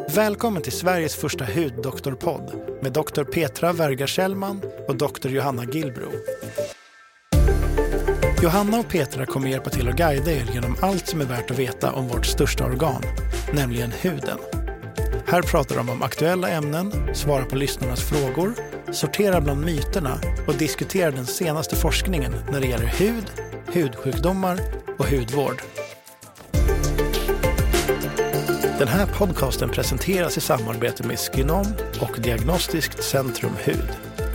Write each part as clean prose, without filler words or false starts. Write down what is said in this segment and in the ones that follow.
Välkommen till Sveriges första huddoktorpodd med Dr. Petra Werga-Kjellman och Dr. Johanna Gillbro. Johanna och Petra kommer hjälpa till att guida er genom allt som är värt att veta om vårt största organ, nämligen huden. Här pratar de om aktuella ämnen, svarar på lyssnarnas frågor, sorterar bland myterna och diskuterar den senaste forskningen när det gäller hud, hudsjukdomar och hudvård. Den här podcasten presenteras i samarbete med Skinom och Diagnostiskt Centrum Hud.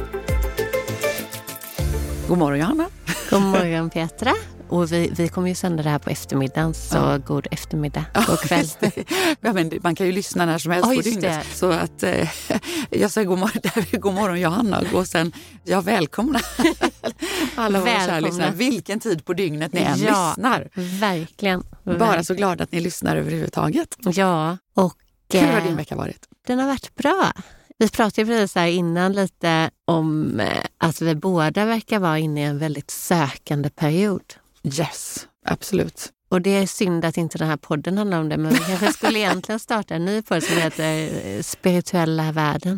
God morgon Johanna. God morgon Petra. Och vi kommer ju sända det här på eftermiddagen, så god eftermiddag, god kväll. Ja, men man kan ju lyssna när som helst på dygnet. Så att jag säger god morgon Johanna och sen välkomna alla våra kära lyssnare. Vilken tid på dygnet ni än lyssnar. Verkligen. Bara så glad att ni lyssnar överhuvudtaget. Ja, och hur har din vecka varit? Den har varit bra. Vi pratade precis här innan lite om att vi båda verkar vara inne i en väldigt sökande period. Yes, absolut. Och det är synd att inte den här podden handlar om det, men vi kanske skulle egentligen starta en ny podd som heter Spirituella världen.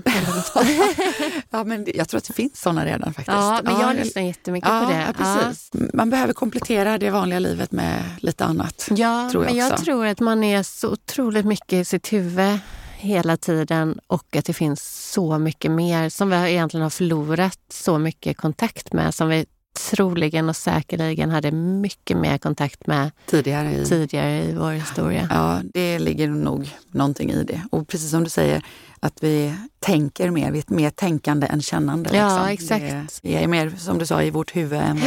Ja, men jag tror att det finns sådana redan faktiskt. Ja, men jag lyssnar jättemycket på det. Ja, precis. Ja. Man behöver komplettera det vanliga livet med lite annat. Ja, tror jag tror att man är så otroligt mycket i sitt huvud hela tiden och att det finns så mycket mer som vi egentligen har förlorat så mycket kontakt med, som vi troligen och säkerligen hade mycket mer kontakt med tidigare i vår historia. Ja, det ligger nog någonting i det. Och precis som du säger, att vi tänker mer, vi är mer tänkande än kännande. Ja, liksom. Exakt. Vi är mer, som du sa, i vårt huvud än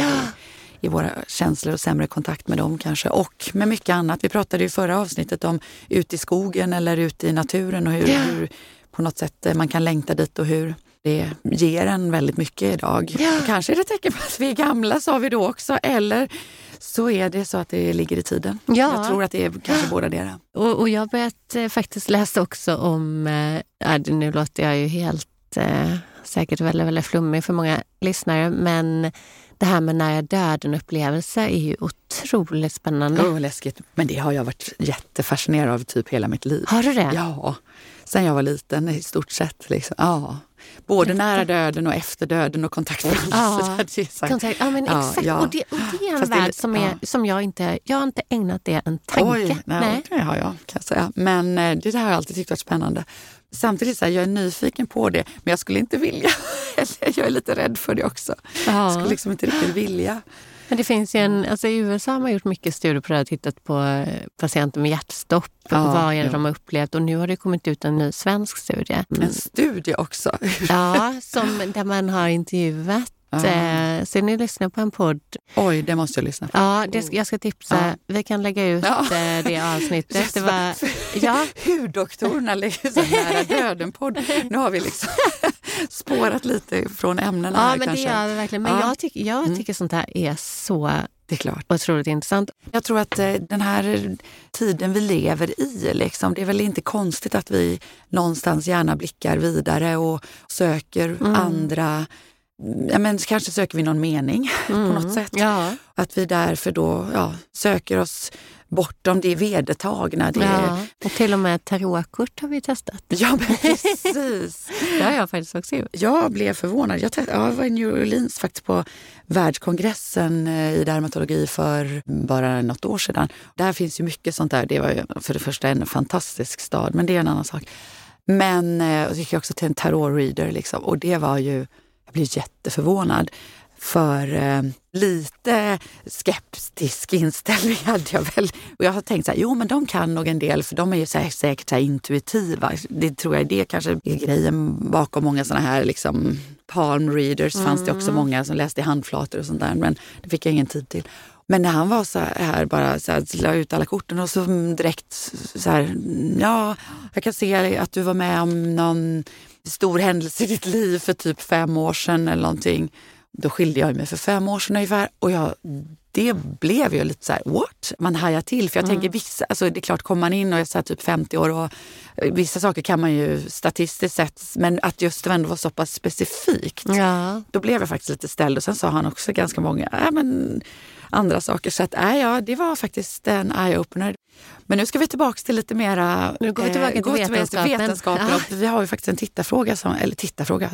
i våra känslor och sämre kontakt med dem kanske. Och med mycket annat. Vi pratade i förra avsnittet om ut i skogen eller ut i naturen och hur på något sätt man kan längta dit och hur det ger en väldigt mycket idag. Och kanske är det tecken på att vi är gamla, sa vi då också. Eller så är det så att det ligger i tiden. Ja. Jag tror att det är kanske båda det. Och jag har börjat faktiskt läsa också om, nu låter jag ju helt säkert väldigt, väldigt flummig för många lyssnare, men det här med nära döden-upplevelse är ju otroligt spännande. Läskigt. Men det har jag varit jättefascinerad av typ hela mitt liv. Har du det? Ja, sen jag var liten i stort sett. Liksom. Ja. Både nära döden och efter döden och kontakt med andra. Ja, men exakt. Ja. Och det är en värld som jag har inte ägnat det en tanke. Oj, nej. Det har jag, kan jag säga. Men det har jag alltid tyckt varit spännande. Samtidigt så här, jag är nyfiken på det, men jag skulle inte vilja. Jag är lite rädd för det också. Jag skulle liksom inte riktigt vilja. Men det finns ju i USA har man gjort mycket studier på det, tittat på patienter med hjärtstopp och vad är det de har upplevt, och nu har det kommit ut en ny svensk studie. En studie också? Ja, där man har intervjuat. Så ni lyssnar på en podd. Oj, det måste jag lyssna på. Ja, jag ska tipsa. Vi kan lägga ut det avsnittet. Det var, Huddoktorerna lägger så nära döden-podd. Nu har vi liksom spårat lite från ämnena här men kanske. Det gör vi verkligen. Men jag tycker sånt här är så det är klart. Otroligt intressant. Jag tror att den här tiden vi lever i, liksom, det är väl inte konstigt att vi någonstans gärna blickar vidare och söker andra. Ja, men kanske söker vi någon mening på något sätt. Ja. Att vi därför då söker oss bortom det vedertagna. Och till och med tarotkort har vi testat. Ja, men precis. Det har jag faktiskt också gjort. Jag blev förvånad. Jag var i New Orleans faktiskt på världskongressen i dermatologi för bara något år sedan. Där finns ju mycket sånt där. Det var ju för det första en fantastisk stad, men det är en annan sak. Men och så gick jag också till en tarot-reader liksom, och det var ju, jag blev jätteförvånad. För lite skeptisk inställning hade jag väl. Och jag har tänkt så här, men de kan nog en del, för de är ju säkert så här intuitiva. Det tror jag, det kanske är grejen bakom många såna här liksom palm readers. Fanns det också många som läste i handflator och sånt där, men det fick jag ingen tid till. Men när han var så här, bara så här, la ut alla korten och så direkt så här, jag kan se att du var med om någon stor händelse i ditt liv för typ 5 år sedan eller någonting. Då skilde jag mig för 5 år sedan ungefär, och det blev ju lite så här, what? Man hajar till. För jag tänker vissa, alltså det är klart, kommer man in och är så här typ 50 år och vissa saker kan man ju statistiskt sett, men att just det ändå var så pass specifikt. Ja. Då blev jag faktiskt lite ställd och sen sa han också ganska många andra saker. Så att det var faktiskt en eye-opener. Men nu ska vi tillbaka till lite mera... Nu går vi tillbaka till vetenskapen. Ja. Vi har ju faktiskt en tittarfråga.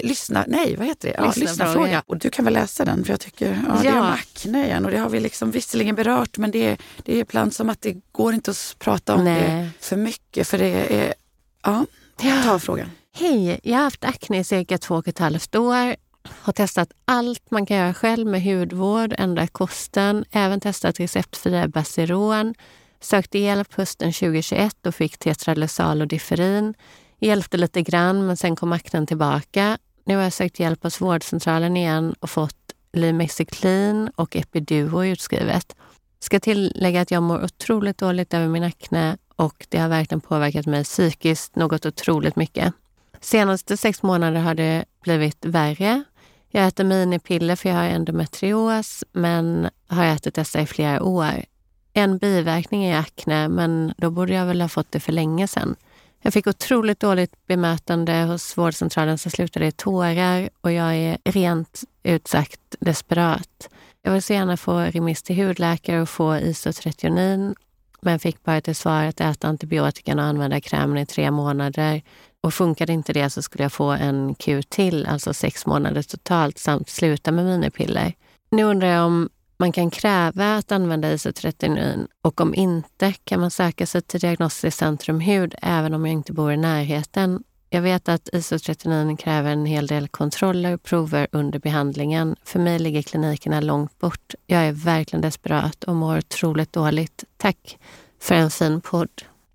Lyssnarfråga. Och du kan väl läsa den, för jag tycker det är om akne igen. Och det har vi liksom visserligen berört, men det är ibland som att det går inte att prata om det för mycket. För det är... Ja, ta frågan. Hej, jag har haft akne i cirka 2,5 år. Har testat allt man kan göra själv med hudvård, ändrat kosten, även testat receptfria Baseron. Sökte hjälp hösten 2021 och fick tetralysal och differin. Hjälpte lite grann, men sen kom aknen tillbaka. Nu har jag sökt hjälp hos vårdcentralen igen och fått Limexiclin och Epiduo utskrivet. Ska tillägga att jag mår otroligt dåligt över min akne och det har verkligen påverkat mig psykiskt något otroligt mycket. Senaste 6 månader har det blivit värre. Jag äter minipiller för jag har endometrios, men har ätit dessa i flera år. En biverkning är akne, men då borde jag väl ha fått det för länge sedan. Jag fick otroligt dåligt bemötande hos vårdcentralen som slutade i tårar och jag är rent utsagt desperat. Jag vill så gärna få remiss till hudläkare och få isotretinoin, men fick bara till svar att äta antibiotikan och använda krämen i 3 månader. Och funkade inte det så skulle jag få en kur till, alltså 6 månader totalt, samt sluta med minipiller. Nu undrar jag om man kan kräva att använda isotretinoin och om inte kan man söka sig till Diagnostiskt Centrum Hud även om jag inte bor i närheten. Jag vet att isotretinoin kräver en hel del kontroller och prover under behandlingen. För mig ligger klinikerna långt bort. Jag är verkligen desperat och mår otroligt dåligt. Tack för en fin podd.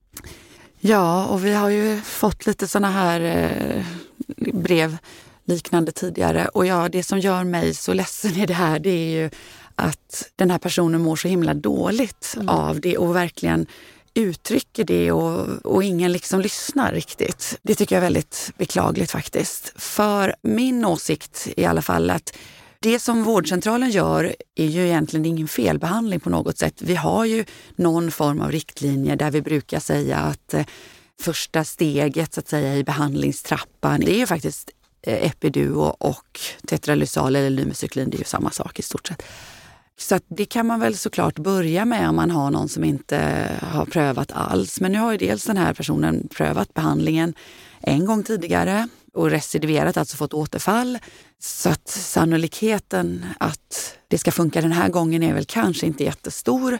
Ja, och vi har ju fått lite såna här brev liknande tidigare. Och det som gör mig så ledsen i det här, det är ju att den här personen mår så himla dåligt av det och verkligen uttrycker det och ingen liksom lyssnar riktigt. Det tycker jag är väldigt beklagligt faktiskt. För min åsikt i alla fall att det som vårdcentralen gör är ju egentligen ingen felbehandling på något sätt. Vi har ju någon form av riktlinjer där vi brukar säga att första steget så att säga i behandlingstrappan, det är ju faktiskt Epiduo och tetralysal eller Limexiclin, det är ju samma sak i stort sett. Så att det kan man väl såklart börja med om man har någon som inte har prövat alls. Men nu har ju dels den här personen prövat behandlingen en gång tidigare och recidiverat, alltså fått återfall. Så att sannolikheten att det ska funka den här gången är väl kanske inte jättestor.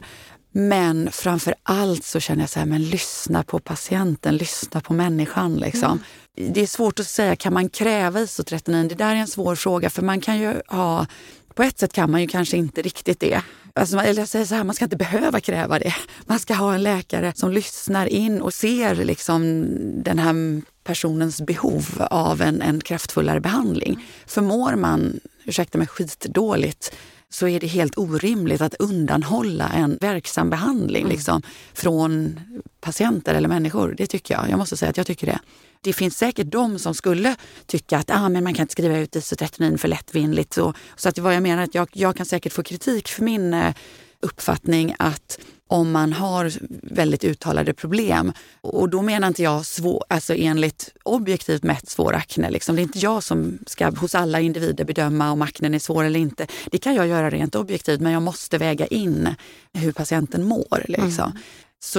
Men framför allt så känner jag så här, men lyssna på patienten, lyssna på människan liksom. Det är svårt att säga, kan man kräva isotretinoin? Det där är en svår fråga, för man kan ju ha, på ett sätt kan man ju kanske inte riktigt det. Alltså, eller jag säger så här, man ska inte behöva kräva det. Man ska ha en läkare som lyssnar in och ser liksom den här personens behov av en kraftfullare behandling. Förmår man, ursäkta mig, skitdåligt, så är det helt orimligt att undanhålla en verksam behandling liksom, från patienter eller människor. Det tycker jag. Jag måste säga att jag tycker det. Det finns säkert de som skulle tycka att men man kan inte skriva ut isotretinoin för lättvindigt. Så att vad jag menar är att jag kan säkert få kritik för min uppfattning att om man har väldigt uttalade problem, och då menar inte jag alltså enligt objektivt mätt svår akne. Liksom. Det är inte jag som ska hos alla individer bedöma om aknen är svår eller inte. Det kan jag göra rent objektivt, men jag måste väga in hur patienten mår. Liksom. Så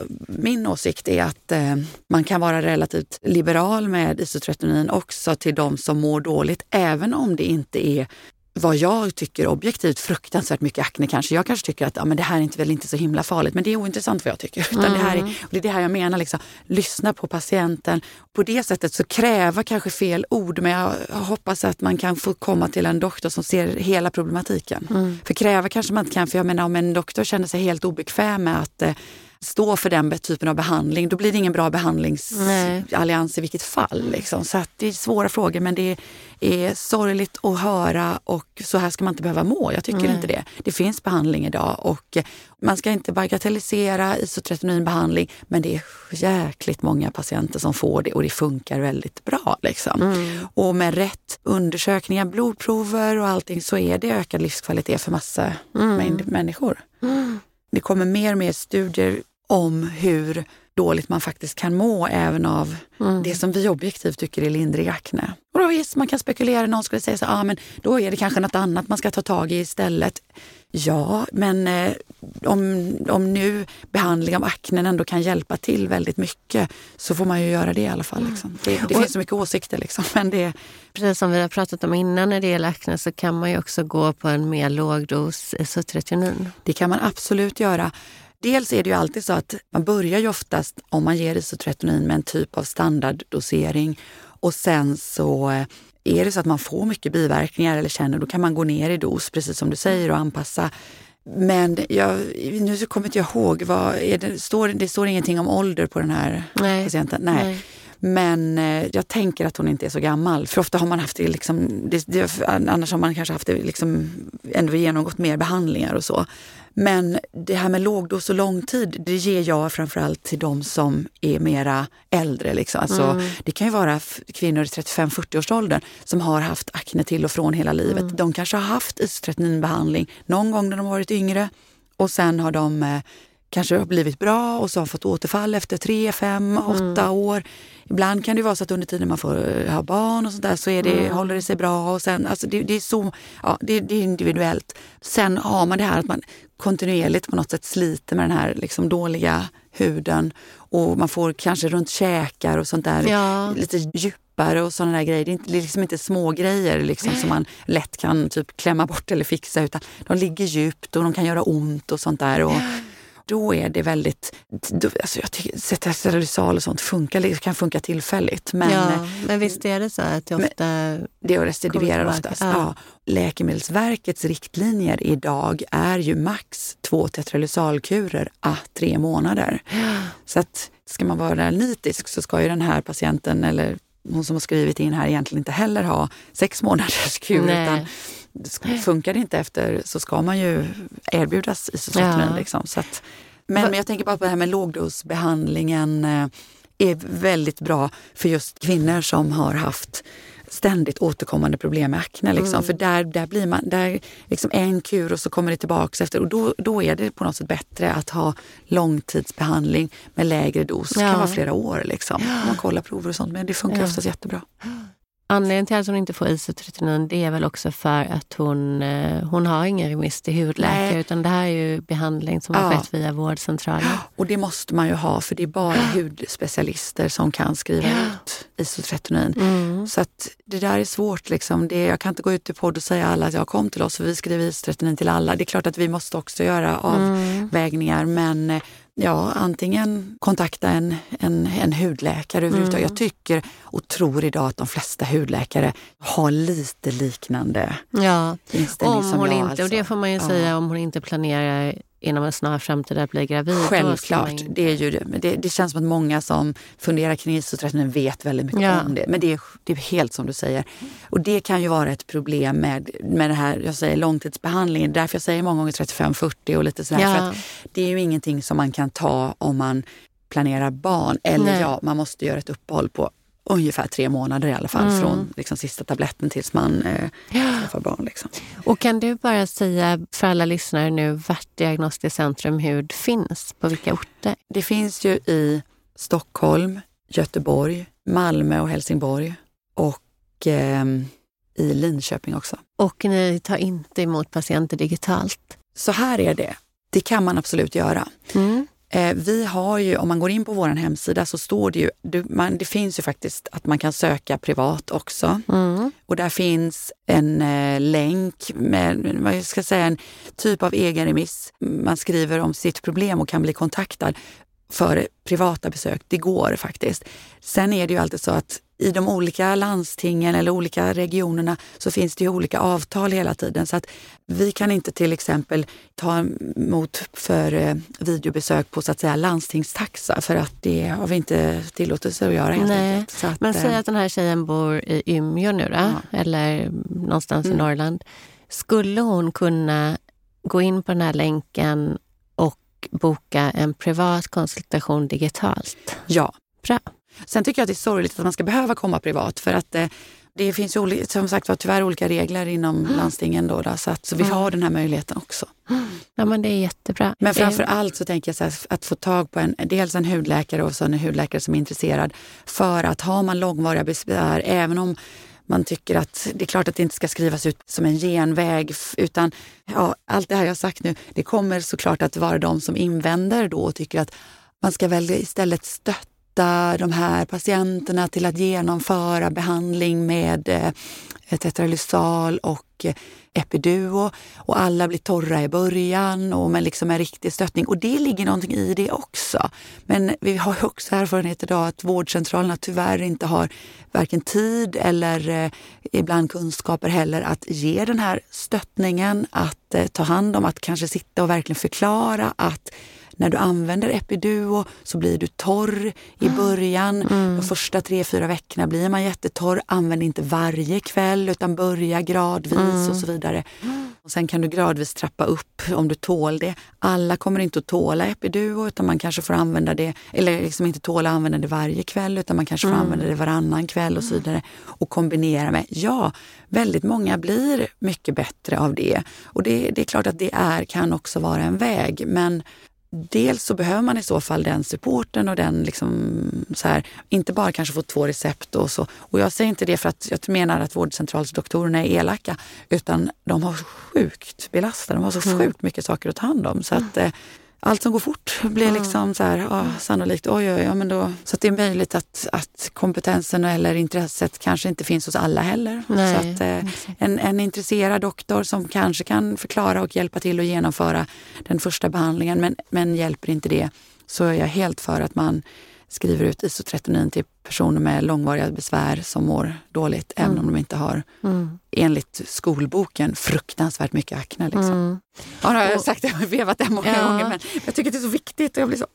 min åsikt är att man kan vara relativt liberal med isotretinoin också till de som mår dåligt, även om det inte är vad jag tycker objektivt fruktansvärt mycket akne kanske. Jag kanske tycker att men det här är väl inte så himla farligt, men det är ointressant vad jag tycker. Utan det är det här jag menar, liksom, lyssna på patienten. På det sättet så kräva kanske fel ord, men jag hoppas att man kan få komma till en doktor som ser hela problematiken. För kräva kanske man inte kan, för jag menar om en doktor känner sig helt obekväm med stå för den typen av behandling, då blir det ingen bra behandlingsallians i vilket fall. Liksom. Så att det är svåra frågor, men det är sorgligt att höra och så här ska man inte behöva må. Jag tycker inte det. Det finns behandling idag och man ska inte bagatellisera isotretinoinbehandling, men det är jäkligt många patienter som får det och det funkar väldigt bra. Liksom. Och med rätt undersökningar, blodprover och allting så är det ökad livskvalitet för massa människor. Det kommer mer och mer studier om hur dåligt man faktiskt kan må även av det som vi objektivt tycker är lindrig akne. Och då visst, man kan spekulera, någon skulle säga så men då är det kanske något annat man ska ta tag i istället. Ja, men om nu behandling av aknen ändå kan hjälpa till väldigt mycket så får man ju göra det i alla fall. Liksom. Det finns så mycket åsikter liksom, men det... Precis som vi har pratat om innan när det gäller akne så kan man ju också gå på en mer lågdos isotretinoin. Det kan man absolut göra. Dels är det ju alltid så att man börjar ju oftast om man ger isotretinoin med en typ av standarddosering och sen så är det så att man får mycket biverkningar eller känner, då kan man gå ner i dos precis som du säger och anpassa. Men nu så kommer inte jag ihåg, det står ingenting om ålder på den här patienten. Nej. Men jag tänker att hon inte är så gammal. För ofta har man haft det liksom, annars har man kanske haft det liksom ändå genomgått mer behandlingar och så. Men det här med lågdos och lång tid, det ger jag framförallt till de som är mera äldre. Liksom. Alltså, det kan ju vara kvinnor i 35-40-årsåldern som har haft akne till och från hela livet. De kanske har haft isotretinoinbehandling någon gång när de har varit yngre och sen har de kanske blivit bra och så har fått återfall efter 3, 5, 8 år. Ibland kan det vara så att under tiden man får ha barn och sådär så håller det sig bra och sen, alltså det är så, det är individuellt. Sen har man det här att man kontinuerligt på något sätt sliter med den här liksom dåliga huden och man får kanske runt käkar och sånt där lite djupare och sådana där grejer. Det är liksom inte små grejer liksom, som man lätt kan typ klämma bort eller fixa, utan de ligger djupt och de kan göra ont och sånt där och då är det väldigt, alltså jag tycker sterilsal och sånt kan funka tillfälligt. Men visst är det så att det ofta... Det recidiverar oftast. Ja. Läkemedelsverkets riktlinjer idag är ju max 2 tetralysalkurer à 3 månader. Så att ska man vara nitisk så ska ju den här patienten eller hon som har skrivit in här egentligen inte heller ha 6 månaders kur utan funkar det inte efter så ska man ju erbjudas isotretinoin. Liksom. Så att, men jag tänker bara på det här med lågdosbehandlingen är väldigt bra för just kvinnor som har haft ständigt återkommande problem med akne. Liksom. För där blir man liksom en kur och så kommer det tillbaka efter. Och då är det på något sätt bättre att ha långtidsbehandling med lägre dos. Det kan vara flera år liksom. Man kollar prover och sånt, men det funkar oftast jättebra. Anledningen till att hon inte får isotretinoin det är väl också för att hon har ingen remiss till hudläkare utan det här är ju behandling som har skett via vårdcentralen. Och det måste man ju ha för det är bara hudspecialister som kan skriva ut isotretinoin. Så att det där är svårt liksom. Jag kan inte gå ut i podd och säga alla att jag kom till oss och vi skriver isotretinoin till alla. Det är klart att vi måste också göra avvägningar men antingen kontakta en hudläkare överhuvudtaget. Jag tycker och tror idag att de flesta hudläkare har lite liknande inställning om som hon jag. Inte, alltså. och det får man ju säga om hon inte planerar inom en snar framtid att bli gravid. Självklart, det är ju det känns som att många som funderar kring isotretinoin vet väldigt mycket om det. Men det är helt som du säger. Och det kan ju vara ett problem med det här, jag säger långtidsbehandlingen. Därför jag säger många gånger 35-40 och lite sådär. För att det är ju ingenting som man kan ta om man planerar barn. Eller man måste göra ett uppehåll på ungefär 3 månader i alla fall från liksom, sista tabletten tills man skaffar barn. Liksom. Och kan du bara säga för alla lyssnare nu vart Diagnostiskt Centrum Hud finns? På vilka orter? Det finns ju i Stockholm, Göteborg, Malmö och Helsingborg och i Linköping också. Och ni tar inte emot patienter digitalt? Så här är det. Det kan man absolut göra. Vi har ju, om man går in på vår hemsida så står det ju, det finns ju faktiskt att man kan söka privat också. Och där finns en länk med, vad jag ska säga, en typ av egen remiss. Man skriver om sitt problem och kan bli kontaktad för privata besök. Det går faktiskt. Sen är det ju alltid så att i de olika landstingen eller olika regionerna så finns det ju olika avtal hela tiden. Så att vi kan inte till exempel ta emot för videobesök på så att säga landstingstaxa för att det har vi inte tillåtelse att göra helt enkelt. Så att, men säg att den här tjejen bor i Umeå nu då, eller någonstans i Norrland. Skulle hon kunna gå in på den här länken och boka en privat konsultation digitalt? Ja. Bra. Sen tycker jag att det är sorgligt att man ska behöva komma privat för att det finns ju som sagt tyvärr olika regler inom landstingen då så vi har den här möjligheten också. Ja, men det är jättebra. Men framför allt så tänker jag så här, att få tag på dels en hudläkare och så en hudläkare som är intresserad, för att har man långvariga besvär, även om man tycker att det är klart att det inte ska skrivas ut som en genväg, utan allt det här jag har sagt nu, det kommer såklart att vara de som invänder då och tycker att man ska väl istället stötta de här patienterna till att genomföra behandling med tetralysal och Epiduo, och alla blir torra i början och med liksom en riktig stöttning, och det ligger någonting i det också. Men vi har ju också erfarenhet idag att vårdcentralerna tyvärr inte har varken tid eller ibland kunskaper heller att ge den här stöttningen, att ta hand om, att kanske sitta och verkligen förklara att när du använder Epiduo så blir du torr i början. De första 3-4 veckorna blir man jättetorr. Använd inte varje kväll utan börja gradvis och så vidare. Och sen kan du gradvis trappa upp om du tål det. Alla kommer inte att tåla Epiduo, utan man kanske får använda det, eller liksom inte tåla att använda det varje kväll, utan man kanske får använda det varannan kväll och så vidare. Och kombinera med, väldigt många blir mycket bättre av det. Och det är klart att det kan också vara en väg, men dels så behöver man i så fall den supporten och den liksom så här, inte bara kanske få 2 recept och så. Och jag säger inte det för att jag menar att vårdcentralsdoktorerna är elaka, utan de har sjukt belastade, de har så sjukt mycket saker att ta hand om. Så att allt som går fort blir liksom så här, sannolikt, men då. Så att det är möjligt att kompetensen eller intresset kanske inte finns hos alla heller. Nej. Så att en intresserad doktor som kanske kan förklara och hjälpa till att genomföra den första behandlingen, men hjälper inte det, så är jag helt för att man skriver ut isotretinoin till personer med långvariga besvär som mår dåligt, även om de inte har, enligt skolboken, fruktansvärt mycket akne. Liksom. Ja, nu har jag sagt det, jag har vevat det många gånger, men jag tycker att det är så viktigt och jag blir så,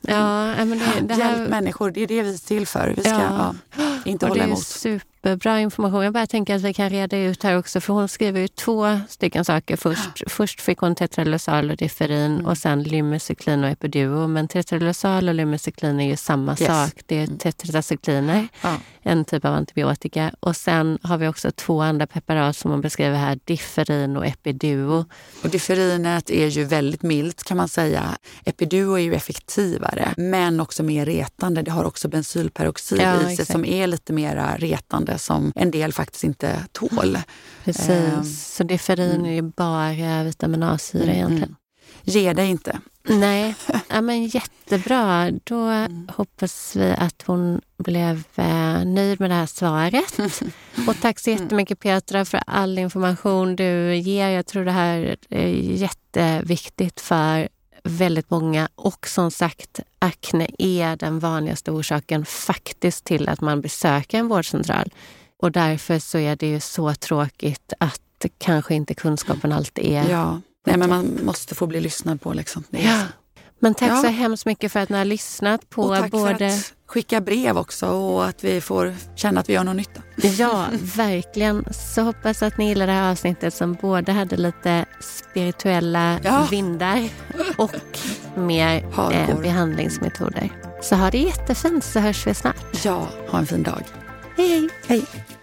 men det här... Hjälp människor, det är det vi är till för. Vi ska inte hålla emot. Det är superbra information. Jag bara tänker att vi kan reda ut här också, för hon skriver ju 2 stycken saker först. Först fick hon tetralysal och differin och sen lymecyklin och Epiduo, men tetralysal och lymecyklin är ju samma sak. Det är tetracykliner, en typ av antibiotika, och sen har vi också 2 andra preparat som hon beskriver här, differin och Epiduo. Och differinet är ju väldigt milt kan man säga. Epiduo är ju effektivare, men också mer retande. Det har också bensylperoxid i sig som är lite mer retande, som en del faktiskt inte tål. Precis, så differin är ju bara vitamin A-syra egentligen. Ge dig inte. Nej, men jättebra. Då hoppas vi att hon blev nöjd med det här svaret. Och tack så jättemycket, Petra, för all information du ger. Jag tror det här är jätteviktigt för väldigt många. Och som sagt, akne är den vanligaste orsaken faktiskt till att man besöker en vårdcentral. Och därför så är det ju så tråkigt att kanske inte kunskapen alltid är... Ja. Nej, men man måste få bli lyssnad på liksom. Men tack så hemskt mycket för att ni har lyssnat på, och tack både... för att skicka brev också, och att vi får känna att vi gör någon nytta. Ja, verkligen. Så hoppas att ni gillar det här avsnittet som både hade lite spirituella vindar och mer behandlingsmetoder. Så ha det jättefint, så hörs vi snart. Ja, ha en fin dag. Hej, hej. Hej.